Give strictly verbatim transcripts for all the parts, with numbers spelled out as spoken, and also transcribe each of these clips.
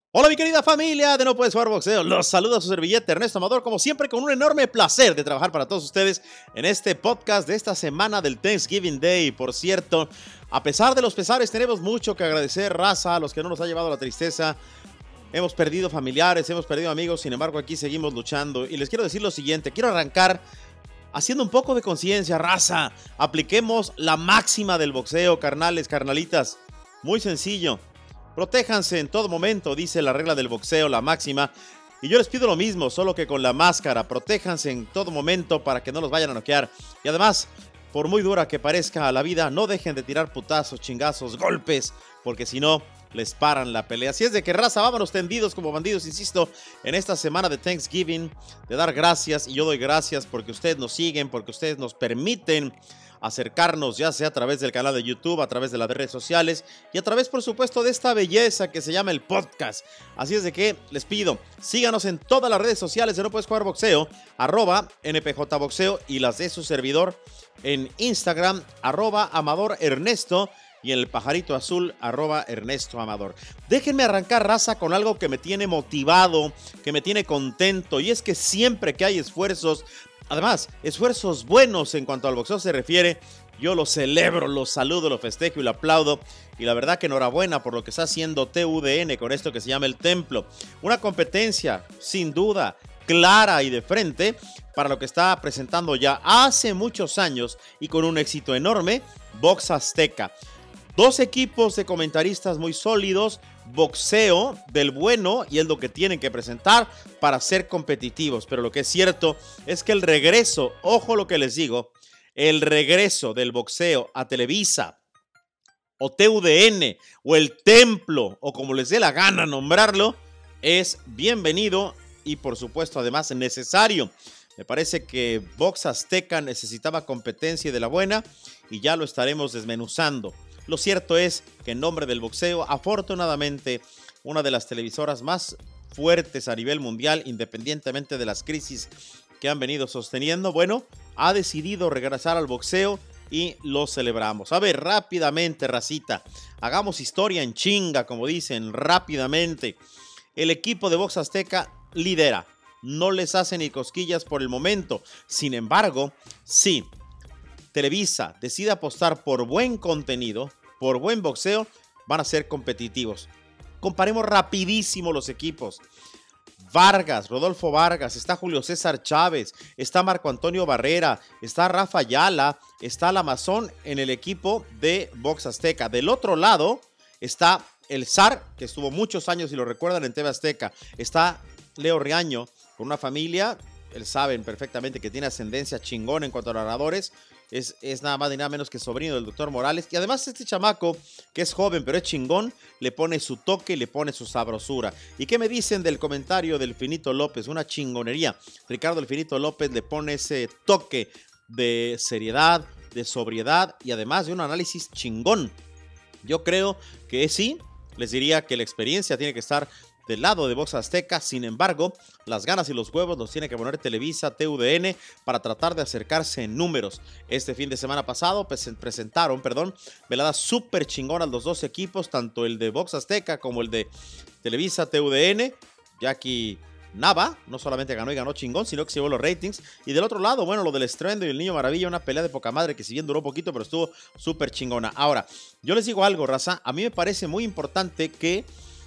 Hola mi querida familia de No Puedes Jugar Boxeo, los saluda su servilleta Ernesto Amador, como siempre con un enorme placer de trabajar para todos ustedes en este podcast de esta semana del Thanksgiving Day. Por cierto, a pesar de los pesares tenemos mucho que agradecer, raza, a los que no nos ha llevado la tristeza. Hemos perdido familiares, hemos perdido amigos, sin embargo aquí seguimos luchando. Y les quiero decir lo siguiente, quiero arrancar haciendo un poco de conciencia, raza. Apliquemos la máxima del boxeo, carnales, carnalitas. Muy sencillo. Protéjanse en todo momento, dice la regla del boxeo, la máxima. Y yo les pido lo mismo, solo que con la máscara. Protéjanse en todo momento para que no los vayan a noquear. Y además, por muy dura que parezca la vida, no dejen de tirar putazos, chingazos, golpes, porque si no, les paran la pelea. Así es de que, raza, vámonos tendidos como bandidos, insisto, en esta semana de Thanksgiving, de dar gracias. Y yo doy gracias porque ustedes nos siguen, porque ustedes nos permiten acercarnos, ya sea a través del canal de YouTube, a través de las redes sociales y a través, por supuesto, de esta belleza que se llama el podcast. Así es de que les pido, síganos en todas las redes sociales de No Puedes Jugar Boxeo, arroba N P J Boxeo, y las de su servidor en Instagram, arroba Amador Ernesto, y en el pajarito azul, arroba Ernesto Amador. Déjenme arrancar, raza, con algo que me tiene motivado, que me tiene contento, y es que siempre que hay esfuerzos, además, esfuerzos buenos en cuanto al boxeo se refiere, yo lo celebro, lo saludo, lo festejo y lo aplaudo. Y la verdad que enhorabuena por lo que está haciendo T U D N con esto que se llama El Templo. Una competencia, sin duda, clara y de frente para lo que está presentando ya hace muchos años y con un éxito enorme, Box Azteca. Dos equipos de comentaristas muy sólidos, boxeo del bueno, y es lo que tienen que presentar para ser competitivos. Pero lo que es cierto es que el regreso, ojo lo que les digo, el regreso del boxeo a Televisa o T U D N o El Templo o como les dé la gana nombrarlo, es bienvenido y por supuesto además necesario. Me parece que Box Azteca necesitaba competencia de la buena y ya lo estaremos desmenuzando. Lo cierto es que en nombre del boxeo, afortunadamente, una de las televisoras más fuertes a nivel mundial, independientemente de las crisis que han venido sosteniendo, bueno, ha decidido regresar al boxeo y lo celebramos. A ver, rápidamente, racita, hagamos historia en chinga, como dicen, rápidamente. El equipo de Box Azteca lidera, no les hace ni cosquillas por el momento. Sin embargo, sí, Televisa decide apostar por buen contenido, por buen boxeo, van a ser competitivos. Comparemos rapidísimo los equipos. Vargas, Rodolfo Vargas, está Julio César Chávez, está Marco Antonio Barrera, está Rafa Ayala, está Lamazón en el equipo de Box Azteca. Del otro lado está el zar, que estuvo muchos años, y lo recuerdan, en T V Azteca. Está Leo Riaño, con una familia, él saben perfectamente que tiene ascendencia chingón en cuanto a narradores. Es, es nada más y nada menos que sobrino del doctor Morales. Y además este chamaco, que es joven pero es chingón, le pone su toque y le pone su sabrosura. ¿Y qué me dicen del comentario del Finito López? Una chingonería. Ricardo el Finito López le pone ese toque de seriedad, de sobriedad y además de un análisis chingón. Yo creo que sí, les diría que la experiencia tiene que estar del lado de Box Azteca. Sin embargo, las ganas y los huevos los tiene que poner Televisa, T U D N, para tratar de acercarse en números. Este fin de semana pasado presentaron, perdón, veladas súper chingonas los dos equipos, tanto el de Box Azteca como el de Televisa, T U D N. Jackie Nava no solamente ganó y ganó chingón, sino que se llevó los ratings. Y del otro lado, bueno, lo del Estruendo y el Niño Maravilla, una pelea de poca madre que si bien duró poquito, pero estuvo súper chingona. Ahora, yo les digo algo, raza, a mí me parece muy importante que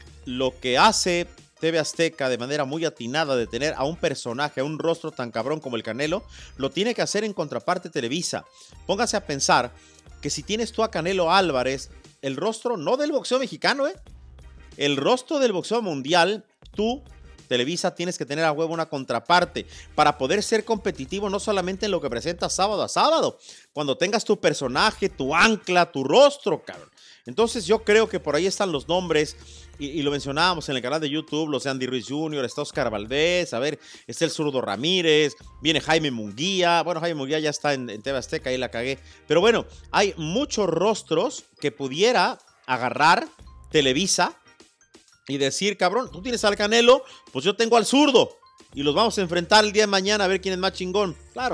lo que hace T V Azteca de manera muy atinada de tener a un personaje, a un rostro tan cabrón como el Canelo, lo tiene que hacer en contraparte Televisa. Póngase a pensar que si tienes tú a Canelo Álvarez, el rostro no del boxeo mexicano, ¿eh? el rostro del boxeo mundial, tú, Televisa, tienes que tener a huevo una contraparte para poder ser competitivo no solamente en lo que presentas sábado a sábado, cuando tengas tu personaje, tu ancla, tu rostro, cabrón. Entonces yo creo que por ahí están los nombres y, y lo mencionábamos en el canal de YouTube, los de Andy Ruiz junior, está Oscar Valdés, a ver, está el Zurdo Ramírez, viene Jaime Munguía, bueno, Jaime Munguía ya está en, en T V Azteca, ahí la cagué, pero bueno, hay muchos rostros que pudiera agarrar Televisa y decir, cabrón, tú tienes al Canelo, pues yo tengo al Zurdo y los vamos a enfrentar el día de mañana a ver quién es más chingón, claro.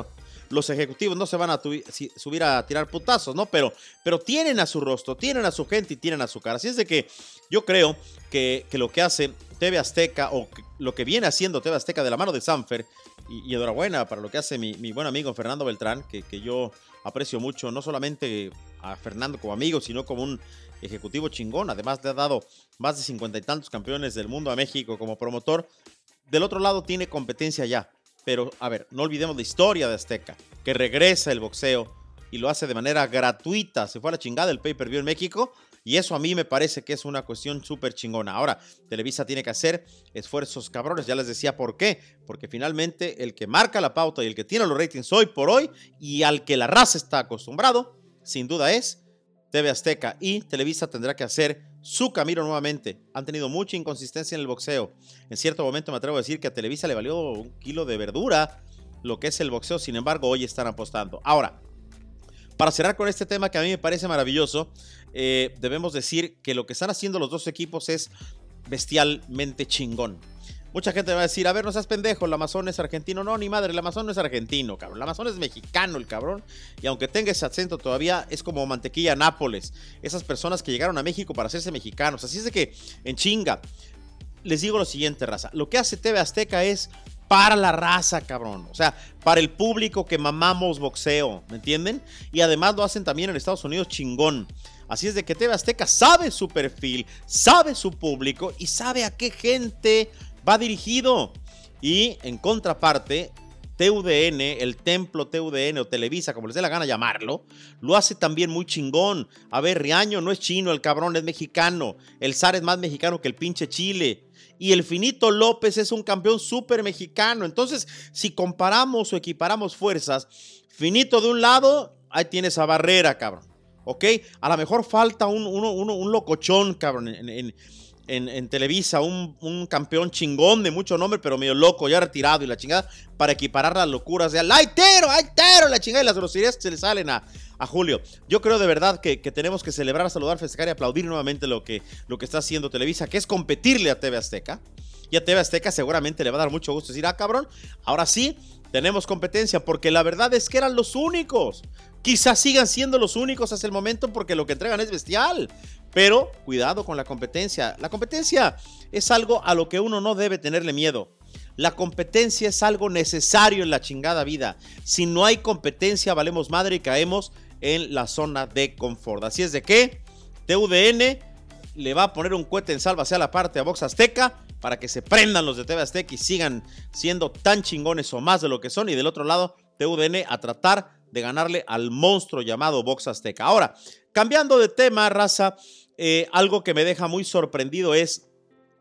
los ejecutivos no se van a tu, si, subir a tirar putazos, ¿no? Pero, pero tienen a su rostro, tienen a su gente y tienen a su cara. Así es de que yo creo que, que lo que hace T V Azteca, o que, lo que viene haciendo T V Azteca de la mano de Sanfer, y, y enhorabuena para lo que hace mi, mi buen amigo Fernando Beltrán, que, que yo aprecio mucho, no solamente a Fernando como amigo, sino como un ejecutivo chingón. Además le ha dado más de cincuenta y tantos campeones del mundo a México como promotor. Del otro lado tiene competencia ya, pero a ver, no olvidemos la historia de Azteca, que regresa el boxeo y lo hace de manera gratuita. Se fue a la chingada el pay-per-view en México, y eso a mí me parece que es una cuestión súper chingona. Ahora, Televisa tiene que hacer esfuerzos cabrones, ya les decía por qué, porque finalmente el que marca la pauta y el que tiene los ratings hoy por hoy, y al que la raza está acostumbrado, sin duda es T V Azteca, y Televisa tendrá que hacer su camino nuevamente. Han tenido mucha inconsistencia en el boxeo. En cierto momento me atrevo a decir que a Televisa le valió un kilo de verdura lo que es el boxeo. Sin embargo, hoy están apostando. Ahora, para cerrar con este tema que a mí me parece maravilloso, eh, debemos decir que lo que están haciendo los dos equipos es bestialmente chingón. Mucha gente va a decir, a ver, no seas pendejo, el Amazon es argentino. No, ni madre, el Amazon no es argentino, cabrón. El Amazon es mexicano, el cabrón. Y aunque tenga ese acento todavía, es como mantequilla Nápoles. Esas personas que llegaron a México para hacerse mexicanos. Así es de que, en chinga, les digo lo siguiente, raza. Lo que hace T V Azteca es para la raza, cabrón. O sea, para el público que mamamos boxeo, ¿me entienden? Y además lo hacen también en Estados Unidos chingón. Así es de que T V Azteca sabe su perfil, sabe su público y sabe a qué gente va dirigido. Y en contraparte, T U D N, el templo T U D N o Televisa, como les dé la gana llamarlo, lo hace también muy chingón. A ver, Riaño no es chino, el cabrón es mexicano. El zar es más mexicano que el pinche Chile. Y el Finito López es un campeón súper mexicano. Entonces, si comparamos o equiparamos fuerzas, Finito de un lado, ahí tienes a Barrera, cabrón. ¿Ok? A lo mejor falta un, uno, uno, un locochón, cabrón, en... en En, en Televisa, un, un campeón chingón de mucho nombre, pero medio loco, ya retirado y la chingada, para equiparar las locuras de ¡Aitero! ¡Aitero! La chingada y las groserías que se le salen a, a Julio. Yo creo de verdad que, que tenemos que celebrar, saludar, festejar y aplaudir nuevamente lo que, lo que está haciendo Televisa, que es competirle a T V Azteca. Y a T V Azteca seguramente le va a dar mucho gusto decir, ah, cabrón, ahora sí tenemos competencia, porque la verdad es que eran los únicos. Quizás sigan siendo los únicos hasta el momento, porque lo que entregan es bestial. Pero cuidado con la competencia. La competencia es algo a lo que uno no debe tenerle miedo. La competencia es algo necesario en la chingada vida. Si no hay competencia, valemos madre y caemos en la zona de confort. Así es de que T U D N le va a poner un cohete en salva hacia la parte a Box Azteca para que se prendan los de T V Azteca y sigan siendo tan chingones o más de lo que son. Y del otro lado, T U D N a tratar de ganarle al monstruo llamado Box Azteca. Ahora, cambiando de tema, raza, eh, algo que me deja muy sorprendido es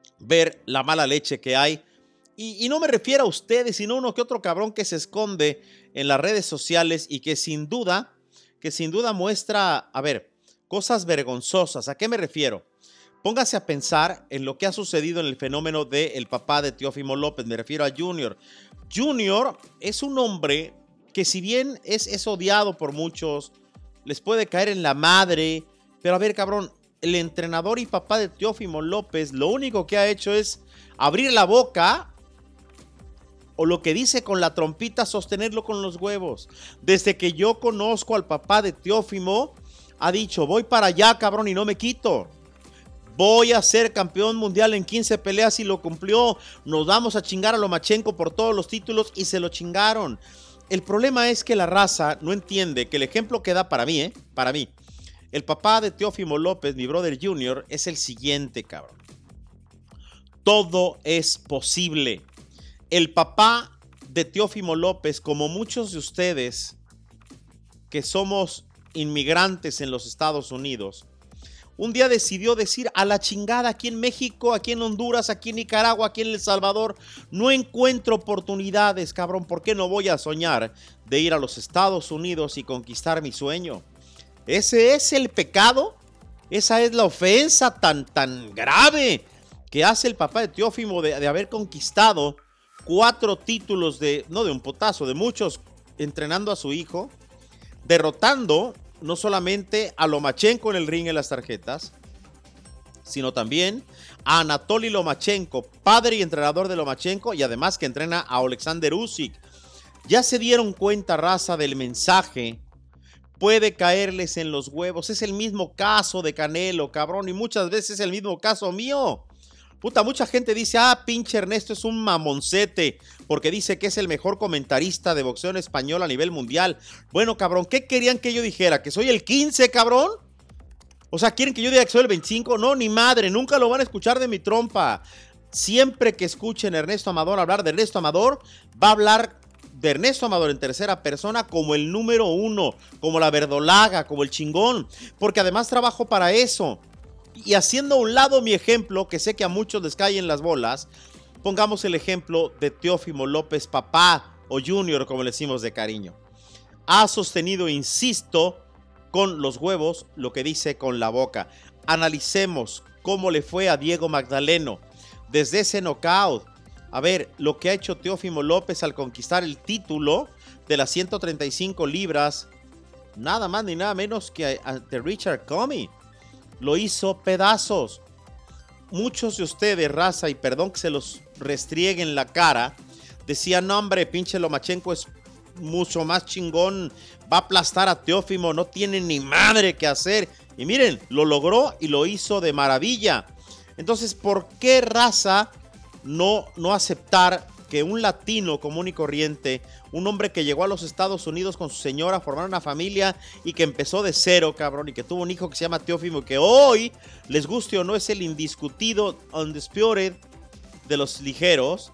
ver la mala leche que hay. Y, y no me refiero a ustedes, sino uno que otro cabrón que se esconde en las redes sociales y que sin duda, que sin duda muestra, a ver, cosas vergonzosas. ¿A qué me refiero? Póngase a pensar en lo que ha sucedido en el fenómeno del papá de Teófimo López. Me refiero a Junior. Junior es un hombre que, si bien es, es odiado por muchos, les puede caer en la madre, pero a ver, cabrón, el entrenador y papá de Teófimo López lo único que ha hecho es abrir la boca, o lo que dice con la trompita, sostenerlo con los huevos. Desde que yo conozco al papá de Teófimo, ha dicho, voy para allá, cabrón, y no me quito. Voy a ser campeón mundial en quince peleas, y lo cumplió. Nos vamos a chingar a Lomachenko por todos los títulos, y se lo chingaron. El problema es que la raza no entiende que el ejemplo que da para mí, ¿eh? Para mí, el papá de Teófimo López, mi brother Junior, es el siguiente, cabrón. Todo es posible. El papá de Teófimo López, como muchos de ustedes que somos inmigrantes en los Estados Unidos, un día decidió decir, a la chingada, aquí en México, aquí en Honduras, aquí en Nicaragua, aquí en El Salvador, no encuentro oportunidades, cabrón. ¿Por qué no voy a soñar de ir a los Estados Unidos y conquistar mi sueño? Ese es el pecado, esa es la ofensa tan, tan grave que hace el papá de Teófimo de, de haber conquistado cuatro títulos de, no de un potazo, de muchos, entrenando a su hijo, derrotando no solamente a Lomachenko en el ring en las tarjetas, sino también a Anatoly Lomachenko, padre y entrenador de Lomachenko, y además que entrena a Alexander Usyk. Ya se dieron cuenta, raza, del mensaje. Puede caerles en los huevos. Es el mismo caso de Canelo, cabrón. Y muchas veces es el mismo caso mío. Puta, mucha gente dice, ah, pinche Ernesto es un mamoncete, porque dice que es el mejor comentarista de boxeo en español a nivel mundial. Bueno, cabrón, ¿qué querían que yo dijera? ¿Que soy el quince, cabrón? O sea, ¿quieren que yo diga que soy el veinticinco? No, ni madre, nunca lo van a escuchar de mi trompa. Siempre que escuchen a Ernesto Amador hablar de Ernesto Amador, va a hablar de Ernesto Amador en tercera persona como el número uno, como la verdolaga, como el chingón, porque además trabajo para eso. Y haciendo a un lado mi ejemplo, que sé que a muchos les caen las bolas, pongamos el ejemplo de Teófimo López, papá o Junior, como le decimos de cariño. Ha sostenido, insisto, con los huevos lo que dice con la boca. Analicemos cómo le fue a Diego Magdaleno desde ese knockout. A ver, lo que ha hecho Teófimo López al conquistar el título de las ciento treinta y cinco libras, nada más ni nada menos que ante Richard Comey. Lo hizo pedazos. Muchos de ustedes, raza, y perdón que se los restriegue en la cara, decían, no hombre, pinche Lomachenko es mucho más chingón, va a aplastar a Teófimo, no tiene ni madre que hacer. Y miren, lo logró y lo hizo de maravilla. Entonces, ¿por qué, raza, no, no aceptar que un latino común y corriente, un hombre que llegó a los Estados Unidos con su señora, formar una familia y que empezó de cero, cabrón, y que tuvo un hijo que se llama Teófimo, que hoy, les guste o no, es el indiscutido undisputed de los ligeros?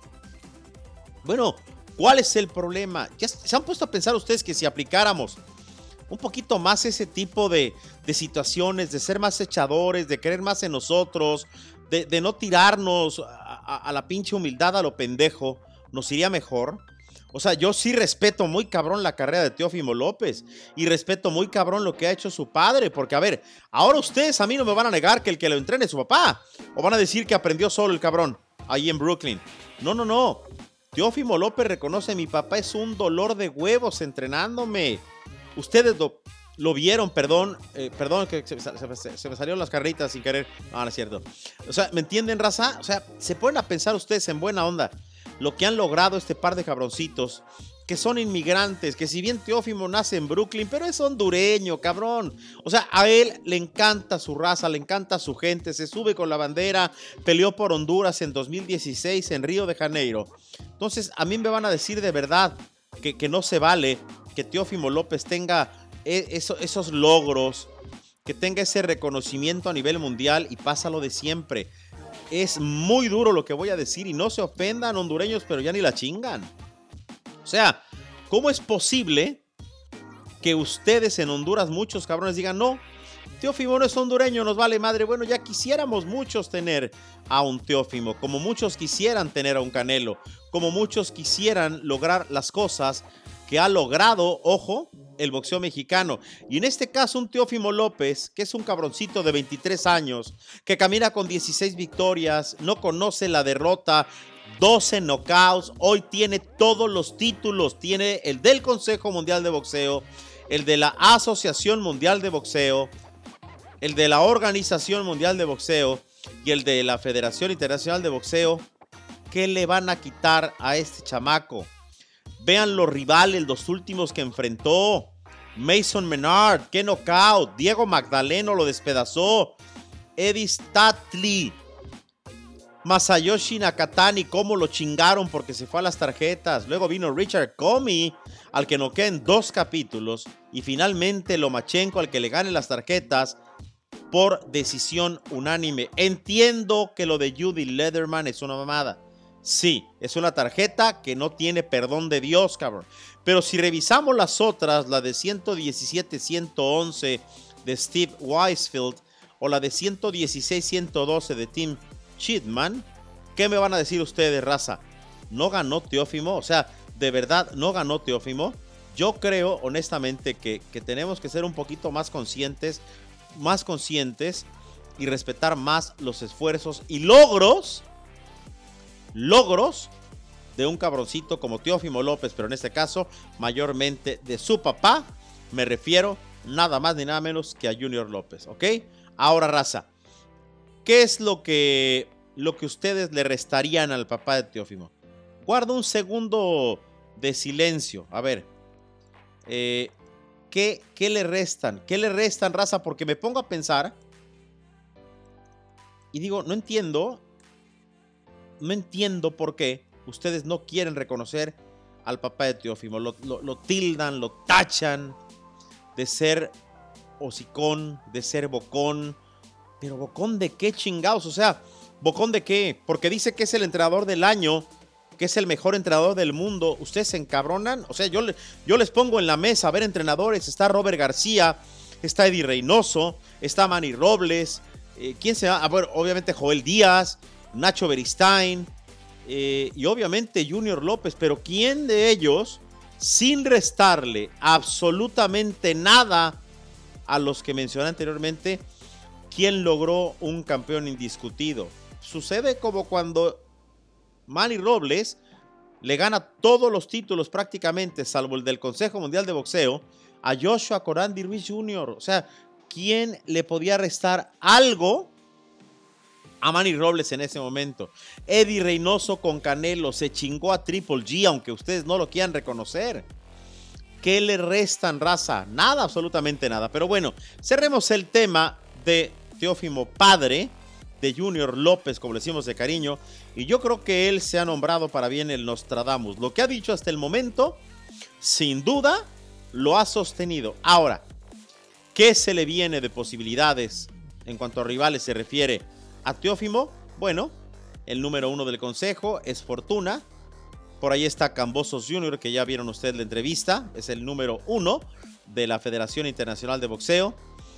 Bueno, ¿cuál es el problema? ¿Ya se han puesto a pensar ustedes que si aplicáramos un poquito más ese tipo de, de situaciones, de ser más echadores, de creer más en nosotros, de, de no tirarnos a, a, a la pinche humildad a lo pendejo, nos iría mejor? O sea, yo sí respeto muy cabrón la carrera de Teófimo López y respeto muy cabrón lo que ha hecho su padre, porque a ver, ahora ustedes a mí no me van a negar que el que lo entrene es su papá, o van a decir que aprendió solo el cabrón ahí en Brooklyn. No, no, no. Teófimo López reconoce, mi papá es un dolor de huevos entrenándome. Ustedes lo, lo vieron, perdón, eh, perdón que se, se, se me salieron las carreritas sin querer. No, no es cierto. O sea, ¿me entienden, raza? O sea, se ponen a pensar ustedes en buena onda lo que han logrado este par de cabroncitos, que son inmigrantes, que si bien Teófimo nace en Brooklyn, pero es hondureño, cabrón. O sea, a él le encanta su raza, le encanta su gente, se sube con la bandera, peleó por Honduras en dos mil dieciséis en Río de Janeiro. Entonces, a mí me van a decir de verdad que, que no se vale que Teófimo López tenga eso, esos logros, que tenga ese reconocimiento a nivel mundial y pasa lo de siempre. Es muy duro lo que voy a decir y no se ofendan hondureños, pero ya ni la chingan. O sea, ¿cómo es posible que ustedes en Honduras, muchos cabrones, digan, no, Teófimo no es hondureño, nos vale madre? Bueno, ya quisiéramos muchos tener a un Teófimo, como muchos quisieran tener a un Canelo, como muchos quisieran lograr las cosas que ha logrado, ojo, el boxeo mexicano. Y en este caso un Teófimo López, que es un cabroncito de veintitrés años, que camina con dieciséis victorias, no conoce la derrota, doce knockouts, hoy tiene todos los títulos, tiene el del Consejo Mundial de Boxeo, el de la Asociación Mundial de Boxeo, el de la Organización Mundial de Boxeo y el de la Federación Internacional de Boxeo. ¿Qué le van a quitar a este chamaco? Vean los rivales, los últimos que enfrentó. Mason Menard, qué knockout. Diego Magdaleno lo despedazó. Eddie Statley, Masayoshi Nakatani, cómo lo chingaron porque se fue a las tarjetas. Luego vino Richard Comey, al que noquea en dos capítulos. Y finalmente Lomachenko, al que le gane las tarjetas por decisión unánime. Entiendo que lo de Judy Lederman es una mamada. Sí, es una tarjeta que no tiene perdón de Dios, cabrón. Pero si revisamos las otras, la de ciento diecisiete ciento once de Steve Weisfeld o la de ciento dieciséis ciento doce de Tim Chitman, ¿qué me van a decir ustedes, raza? ¿No ganó Teófimo? O sea, ¿de verdad no ganó Teófimo? Yo creo, honestamente, que, que tenemos que ser un poquito más conscientes, más conscientes y respetar más los esfuerzos y logros logros de un cabroncito como Teófimo López, pero en este caso mayormente de su papá. Me refiero nada más ni nada menos que a Junior López, ¿ok? Ahora, raza, ¿qué es lo que, lo que ustedes le restarían al papá de Teófimo? Guarda un segundo de silencio. A ver, eh, ¿qué, ¿qué le restan? ¿Qué le restan, raza? Porque me pongo a pensar y digo, no entiendo, no entiendo por qué ustedes no quieren reconocer al papá de Teófimo. Lo, lo, lo tildan, lo tachan de ser hocicón, de ser bocón. Pero ¿bocón de qué chingados? O sea, ¿bocón de qué? Porque dice que es el entrenador del año, que es el mejor entrenador del mundo. ¿Ustedes se encabronan? O sea, yo, yo les pongo en la mesa a ver entrenadores. Está Robert García, está Eddie Reynoso, está Manny Robles. Eh, ¿Quién se va? Ah, bueno, obviamente Joel Díaz, Nacho Beristain eh, y obviamente Junior López. Pero ¿quién de ellos, sin restarle absolutamente nada a los que mencioné anteriormente, quién logró un campeón indiscutido? Sucede como cuando Manny Robles le gana todos los títulos prácticamente, salvo el del Consejo Mundial de Boxeo, a Joshua Corandi Ruiz junior O sea, ¿quién le podía restar algo a Manny Robles en ese momento? Eddie Reynoso con Canelo se chingó a Triple G, aunque ustedes no lo quieran reconocer. ¿Qué le restan, raza? Nada, absolutamente nada. Pero bueno, cerremos el tema de Teófimo padre, de Junior López, como le decimos de cariño, y yo creo que él se ha nombrado para bien el Nostradamus. Lo que ha dicho hasta el momento, sin duda, lo ha sostenido. Ahora, ¿qué se le viene de posibilidades en cuanto a rivales se refiere a Teófimo? Bueno, el número uno del consejo es Fortuna. Por ahí está Cambosos junior, que ya vieron ustedes la entrevista. Es el número uno de la Federación Internacional de Boxeo.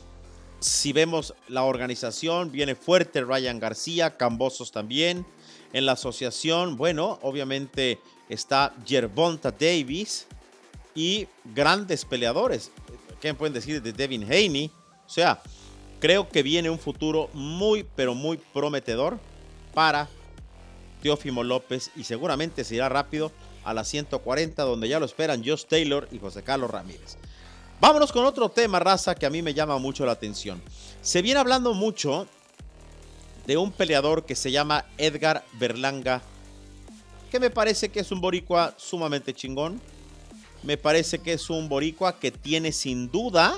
Si vemos la organización, viene fuerte Ryan García, Cambosos también. En la asociación, bueno, obviamente está Gervonta Davis y grandes peleadores. ¿Qué me pueden decir de Devin Haney? O sea, creo que viene un futuro muy, pero muy prometedor para Teófimo López, y seguramente se irá rápido a las ciento cuarenta, donde ya lo esperan Josh Taylor y José Carlos Ramírez. Vámonos con otro tema, raza, que a mí me llama mucho la atención. Se viene hablando mucho de un peleador que se llama Edgar Berlanga, que me parece que es un boricua sumamente chingón. Me parece que es un boricua que tiene sin duda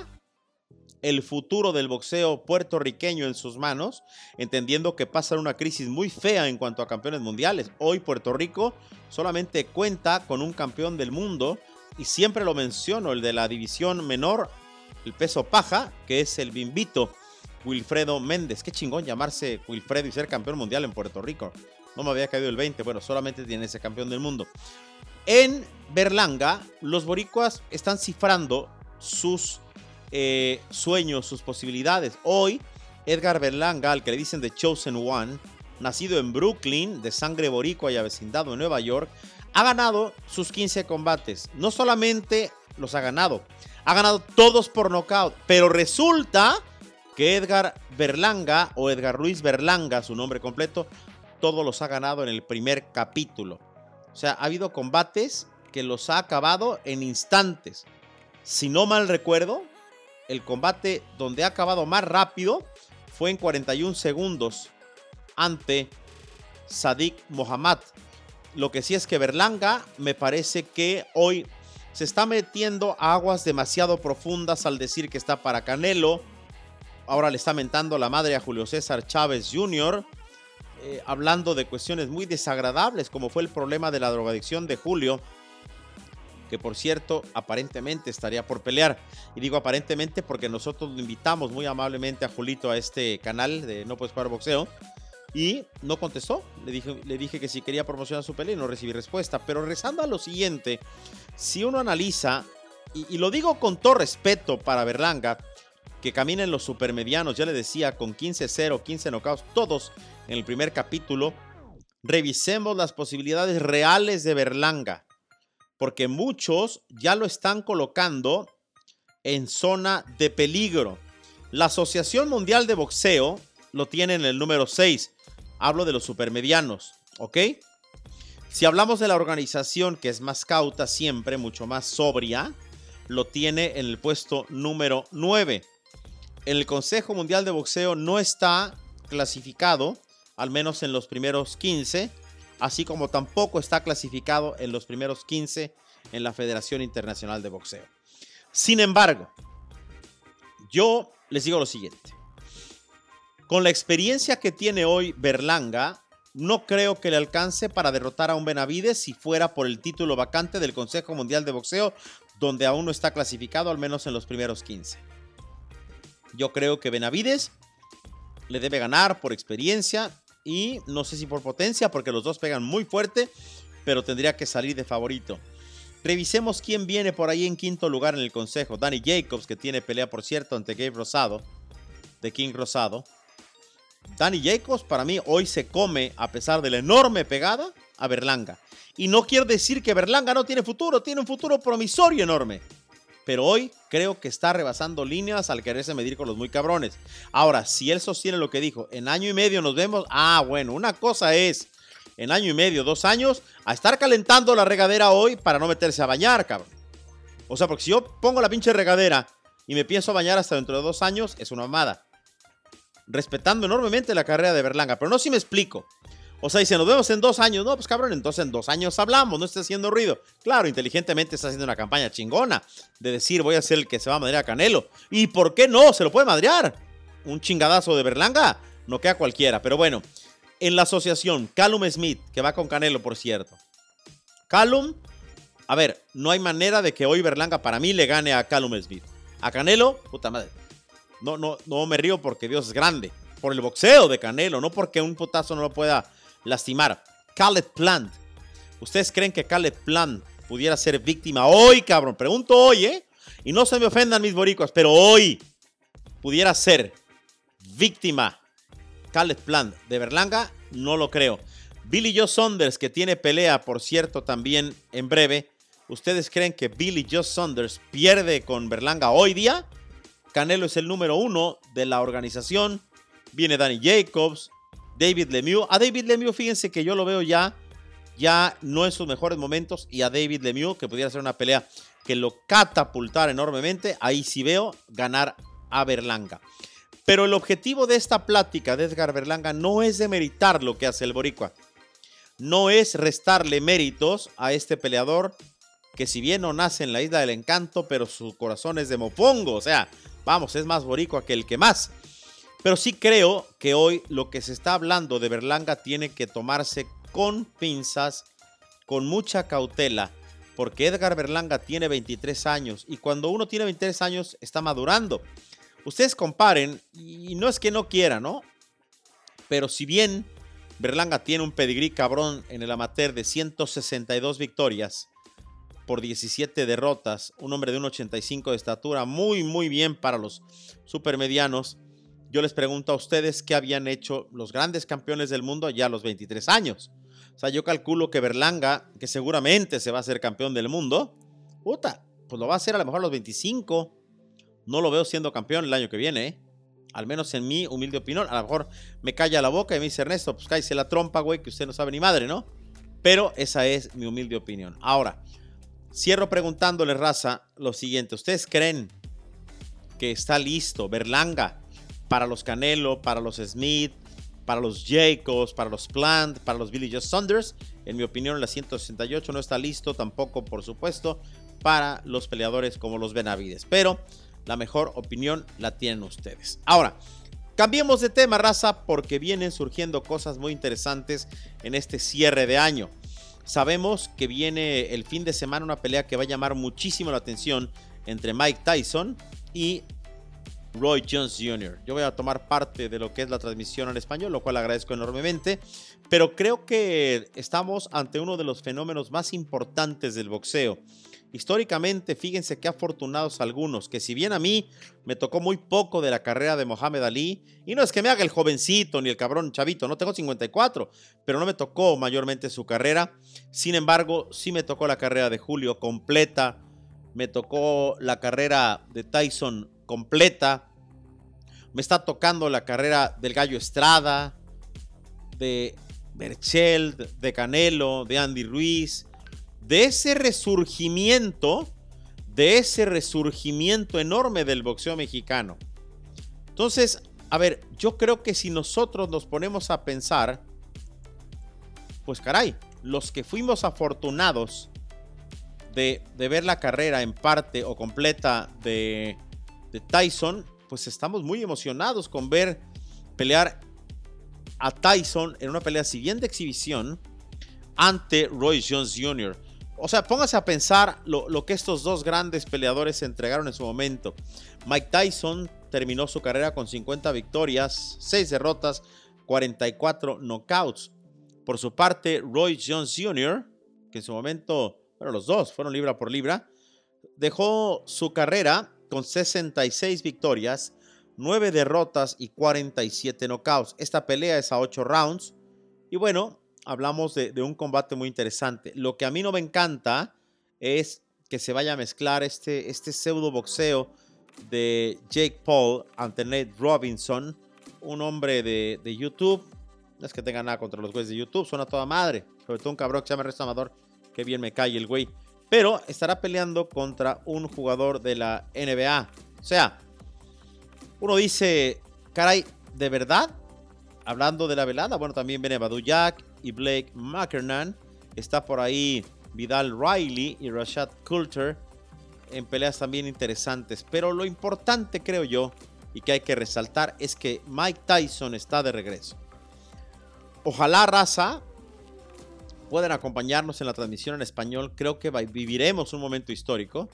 el futuro del boxeo puertorriqueño en sus manos, entendiendo que pasa una crisis muy fea en cuanto a campeones mundiales. Hoy Puerto Rico solamente cuenta con un campeón del mundo, y siempre lo menciono, el de la división menor, el peso paja, que es el bimbito Wilfredo Méndez. Qué chingón llamarse Wilfredo y ser campeón mundial en Puerto Rico. No me había caído el veinte. Bueno, solamente tiene ese campeón del mundo. En Berlanga, los boricuas están cifrando sus eh, sueños, sus posibilidades. Hoy, Edgar Berlanga, al que le dicen The Chosen One, nacido en Brooklyn, de sangre boricua y avecindado en Nueva York, ha ganado sus quince combates. No solamente los ha ganado, ha ganado todos por nocaut. Pero resulta que Edgar Berlanga, o Edgar Ruiz Berlanga, su nombre completo, todos los ha ganado en el primer capítulo. O sea, ha habido combates que los ha acabado en instantes. Si no mal recuerdo, el combate donde ha acabado más rápido fue en cuarenta y un segundos ante Sadiq Mohammad. Lo que sí es que Berlanga me parece que hoy se está metiendo a aguas demasiado profundas al decir que está para Canelo. Ahora le está mentando la madre a Julio César Chávez junior, eh, hablando de cuestiones muy desagradables, como fue el problema de la drogadicción de Julio, que por cierto aparentemente estaría por pelear. Y digo aparentemente porque nosotros lo invitamos muy amablemente a Julito a este canal de No Puedes Jugar Boxeo, y no contestó. Le dije, le dije que si quería promocionar su pelea y no recibí respuesta. Pero rezando a lo siguiente, si uno analiza, y, y lo digo con todo respeto para Berlanga, que camina en los supermedianos, ya le decía, con quince cero, quince knockouts, todos en el primer capítulo. Revisemos las posibilidades reales de Berlanga, porque muchos ya lo están colocando en zona de peligro. La Asociación Mundial de Boxeo lo tiene en el número seis. Hablo de los supermedianos, ¿ok? Si hablamos de la organización, que es más cauta siempre, mucho más sobria, lo tiene en el puesto número nueve. El Consejo Mundial de Boxeo no está clasificado, al menos en los primeros quince, así como tampoco está clasificado en los primeros quince en la Federación Internacional de Boxeo. Sin embargo, yo les digo lo siguiente. Con la experiencia que tiene hoy Berlanga, no creo que le alcance para derrotar a un Benavides si fuera por el título vacante del Consejo Mundial de Boxeo, donde aún no está clasificado, al menos en los primeros quince. Yo creo que Benavides le debe ganar por experiencia y no sé si por potencia, porque los dos pegan muy fuerte, pero tendría que salir de favorito. Revisemos quién viene por ahí en quinto lugar en el consejo. Danny Jacobs, que tiene pelea, por cierto, ante Gabe Rosado, de King Rosado. Danny Jacobs, para mí, hoy se come, a pesar de la enorme pegada, a Berlanga. Y no quiero decir que Berlanga no tiene futuro, tiene un futuro promisorio enorme. Pero hoy creo que está rebasando líneas al quererse medir con los muy cabrones. Ahora, si él sostiene lo que dijo, en año y medio nos vemos, ah, bueno, una cosa es, en año y medio, dos años, a estar calentando la regadera hoy para no meterse a bañar, cabrón. O sea, porque si yo pongo la pinche regadera y me pienso bañar hasta dentro de dos años, es una mamada. Respetando enormemente la carrera de Berlanga, pero no si me explico. O sea, dice, nos vemos en dos años. No, pues cabrón, entonces en dos años hablamos, no esté haciendo ruido. Claro, inteligentemente está haciendo una campaña chingona de decir, voy a ser el que se va a madrear a Canelo. ¿Y por qué no? Se lo puede madrear. Un chingadazo de Berlanga no queda cualquiera. Pero bueno, en la asociación, Callum Smith, que va con Canelo, por cierto. Callum, a ver, no hay manera de que hoy Berlanga para mí le gane a Callum Smith. A Canelo, puta madre. No, no, no me río porque Dios es grande. Por el boxeo de Canelo, no porque un putazo no lo pueda lastimar. Caleb Plant. ¿Ustedes creen que Caleb Plant pudiera ser víctima hoy, cabrón? Pregunto hoy, ¿eh? Y no se me ofendan mis boricuas, pero hoy pudiera ser víctima Caleb Plant de Berlanga, no lo creo. Billy Joe Saunders, que tiene pelea, por cierto, también en breve. ¿Ustedes creen que Billy Joe Saunders pierde con Berlanga hoy día? Canelo es el número uno de la organización. Viene Danny Jacobs, David Lemieux. A David Lemieux, fíjense que yo lo veo ya, ya no en sus mejores momentos. Y a David Lemieux, que pudiera ser una pelea que lo catapultara enormemente, ahí sí veo ganar a Berlanga. Pero el objetivo de esta plática de Edgar Berlanga no es demeritar lo que hace el boricua. No es restarle méritos a este peleador que si bien no nace en la Isla del Encanto, pero su corazón es de mopongo. O sea, vamos, es más boricua que el que más. Pero sí creo que hoy lo que se está hablando de Berlanga tiene que tomarse con pinzas, con mucha cautela, porque Edgar Berlanga tiene veintitrés años y cuando uno tiene veintitrés años está madurando. Ustedes comparen, y no es que no quiera, ¿no? Pero si bien Berlanga tiene un pedigrí cabrón en el amateur de ciento sesenta y dos victorias por diecisiete derrotas, un hombre de uno ochenta y cinco de estatura, muy muy bien para los supermedianos. Yo les pregunto a ustedes qué habían hecho los grandes campeones del mundo ya a los veintitrés años. O sea, yo calculo que Berlanga, que seguramente se va a hacer campeón del mundo, puta, pues lo va a hacer a lo mejor a los veinticinco. No lo veo siendo campeón el año que viene, ¿eh? Al menos en mi humilde opinión. A lo mejor me calla la boca y me dice, Ernesto, pues cállese la trompa, güey, que usted no sabe ni madre, ¿no? Pero esa es mi humilde opinión. Ahora, cierro preguntándole, raza, lo siguiente. ¿Ustedes creen que está listo Berlanga para los Canelo, para los Smith, para los Jacobs, para los Plant, para los Billy Joe Saunders? En mi opinión, la ciento sesenta y ocho no está listo tampoco, por supuesto, para los peleadores como los Benavides. Pero la mejor opinión la tienen ustedes. Ahora, cambiemos de tema, raza, porque vienen surgiendo cosas muy interesantes en este cierre de año. Sabemos que viene el fin de semana una pelea que va a llamar muchísimo la atención entre Mike Tyson y Roy Jones junior Yo voy a tomar parte de lo que es la transmisión en español, lo cual agradezco enormemente, pero creo que estamos ante uno de los fenómenos más importantes del boxeo. Históricamente, fíjense qué afortunados algunos, que si bien a mí me tocó muy poco de la carrera de Muhammad Ali, y no es que me haga el jovencito ni el cabrón chavito, no tengo cincuenta y cuatro, pero no me tocó mayormente su carrera. Sin embargo, sí me tocó la carrera de Julio completa, me tocó la carrera de Tyson completa, me está tocando la carrera del Gallo Estrada, de Berchelt, de Canelo, de Andy Ruiz, de ese resurgimiento, de ese resurgimiento enorme del boxeo mexicano. Entonces, a ver, yo creo que si nosotros nos ponemos a pensar, pues caray, los que fuimos afortunados de, de ver la carrera en parte o completa de, de Tyson, pues estamos muy emocionados con ver pelear a Tyson en una pelea, si bien de exhibición, ante Roy Jones junior O sea, póngase a pensar lo, lo que estos dos grandes peleadores se entregaron en su momento. Mike Tyson terminó su carrera con cincuenta victorias, seis derrotas, cuarenta y cuatro knockouts. Por su parte, Roy Jones junior, que en su momento, bueno, los dos fueron libra por libra, dejó su carrera con sesenta y seis victorias, nueve derrotas y cuarenta y siete knockouts. Esta pelea es a ocho rounds. Y bueno, hablamos de, de un combate muy interesante. Lo que a mí no me encanta es que se vaya a mezclar este, este pseudo boxeo de Jake Paul ante Nate Robinson, un hombre de, de YouTube. No es que tenga nada contra los güeyes de YouTube, suena toda madre. Sobre todo un cabrón que se llama Ernesto Amador, que bien me cae el güey. Pero estará peleando contra un jugador de la N B A. O sea, uno dice, caray, ¿de verdad? Hablando de la velada, bueno, también viene Badou Jack y Blake McKernan. Está por ahí Vidal Riley y Rashad Coulter en peleas también interesantes. Pero lo importante, creo yo, y que hay que resaltar, es que Mike Tyson está de regreso. Ojalá, raza, puedan acompañarnos en la transmisión en español. Creo que viviremos un momento histórico.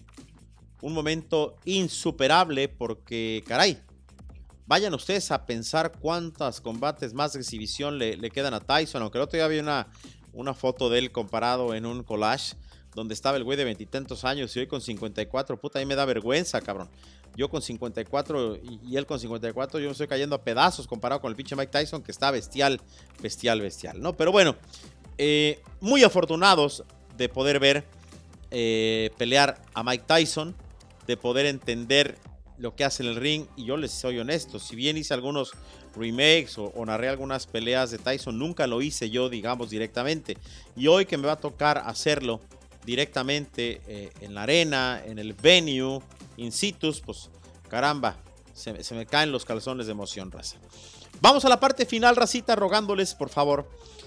Un momento insuperable porque, caray, vayan ustedes a pensar cuántos combates más de exhibición le, le quedan a Tyson. Aunque el otro día había una, una foto de él comparado en un collage donde estaba el güey de veintitantos años y hoy con cincuenta y cuatro. Puta, a mí me da vergüenza, cabrón. Yo con cincuenta y cuatro y, y él con cincuenta y cuatro, yo me estoy cayendo a pedazos comparado con el pinche Mike Tyson, que está bestial, bestial, bestial, ¿no? Pero bueno, eh, muy afortunados de poder ver eh, pelear a Mike Tyson, de poder entender lo que hace en el ring. Y yo les soy honesto, si bien hice algunos remakes o, o narré algunas peleas de Tyson, nunca lo hice yo, digamos, directamente. Y hoy que me va a tocar hacerlo directamente eh, en la arena, en el venue, in situ, pues caramba, se, se me caen los calzones de emoción, raza. Vamos a la parte final, racita, rogándoles por favor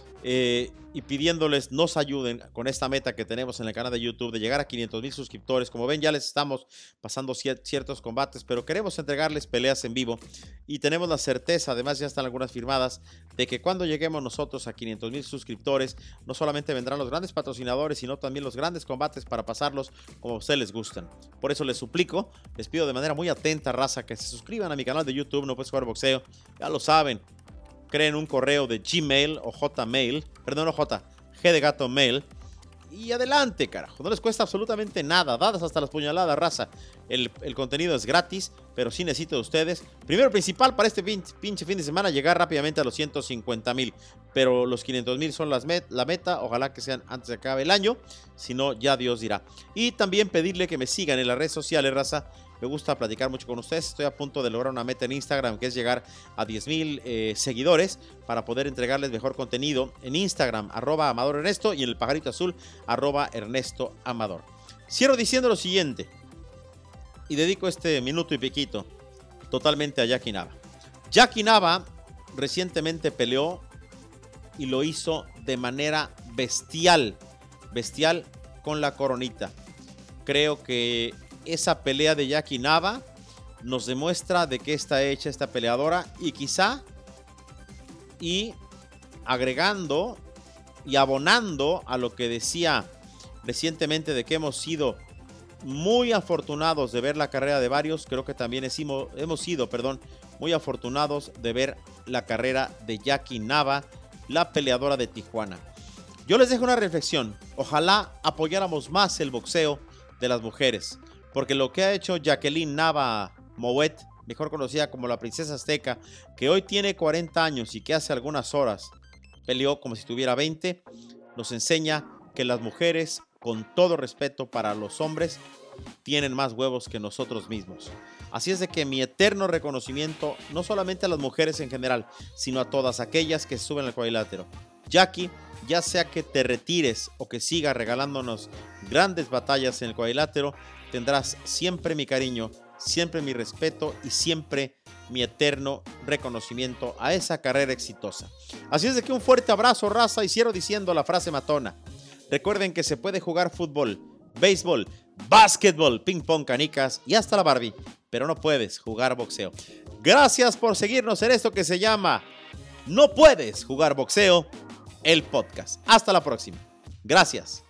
eh, y pidiéndoles nos ayuden con esta meta que tenemos en el canal de YouTube de llegar a quinientos mil suscriptores. Como ven, ya les estamos pasando cier- ciertos combates, pero queremos entregarles peleas en vivo y tenemos la certeza, además ya están algunas firmadas, de que cuando lleguemos nosotros a quinientos mil suscriptores, no solamente vendrán los grandes patrocinadores, sino también los grandes combates para pasarlos como a ustedes les gustan. Por eso les suplico, les pido de manera muy atenta, raza, que se suscriban a mi canal de YouTube, No Puedes Jugar Boxeo. Ya lo saben, creen un correo de Gmail o Hotmail, perdón, no J, G de gato mail, y adelante, carajo, no les cuesta absolutamente nada, dadas hasta las puñaladas, raza. El, el contenido es gratis, pero sí necesito de ustedes. Primero principal para este pin, pinche fin de semana, llegar rápidamente a los ciento cincuenta mil, pero los quinientos mil son las met, la meta, ojalá que sean antes de que acabe el año, si no ya Dios dirá. Y también pedirle que me sigan en las redes sociales, raza. Me gusta platicar mucho con ustedes. Estoy a punto de lograr una meta en Instagram, que es llegar a diez mil eh, seguidores para poder entregarles mejor contenido en Instagram, arroba Amador Ernesto, y en el pajarito azul, arroba Ernesto Amador. Cierro diciendo lo siguiente, y dedico este minuto y piquito totalmente a Jackie Nava. Jackie Nava recientemente peleó y lo hizo de manera bestial, bestial con la coronita. Creo que esa pelea de Jackie Nava nos demuestra de qué está hecha esta peleadora, y quizá y agregando y abonando a lo que decía recientemente de que hemos sido muy afortunados de ver la carrera de varios, creo que también hemos, hemos sido, perdón, muy afortunados de ver la carrera de Jackie Nava, la peleadora de Tijuana. Yo les dejo una reflexión, ojalá apoyáramos más el boxeo de las mujeres, porque lo que ha hecho Jacqueline Nava Mouet, mejor conocida como la princesa azteca, que hoy tiene cuarenta años y que hace algunas horas peleó como si tuviera veinte, nos enseña que las mujeres, con todo respeto para los hombres, tienen más huevos que nosotros mismos. Así es de que mi eterno reconocimiento, no solamente a las mujeres en general, sino a todas aquellas que suben al cuadrilátero. Jackie, ya sea que te retires o que sigas regalándonos grandes batallas en el cuadrilátero, tendrás siempre mi cariño, siempre mi respeto y siempre mi eterno reconocimiento a esa carrera exitosa. Así es de que un fuerte abrazo, raza, y cierro diciendo la frase matona. Recuerden que se puede jugar fútbol, béisbol, básquetbol, ping pong, canicas y hasta la Barbie, pero no puedes jugar boxeo. Gracias por seguirnos en esto que se llama No Puedes Jugar Boxeo, el podcast. Hasta la próxima. Gracias.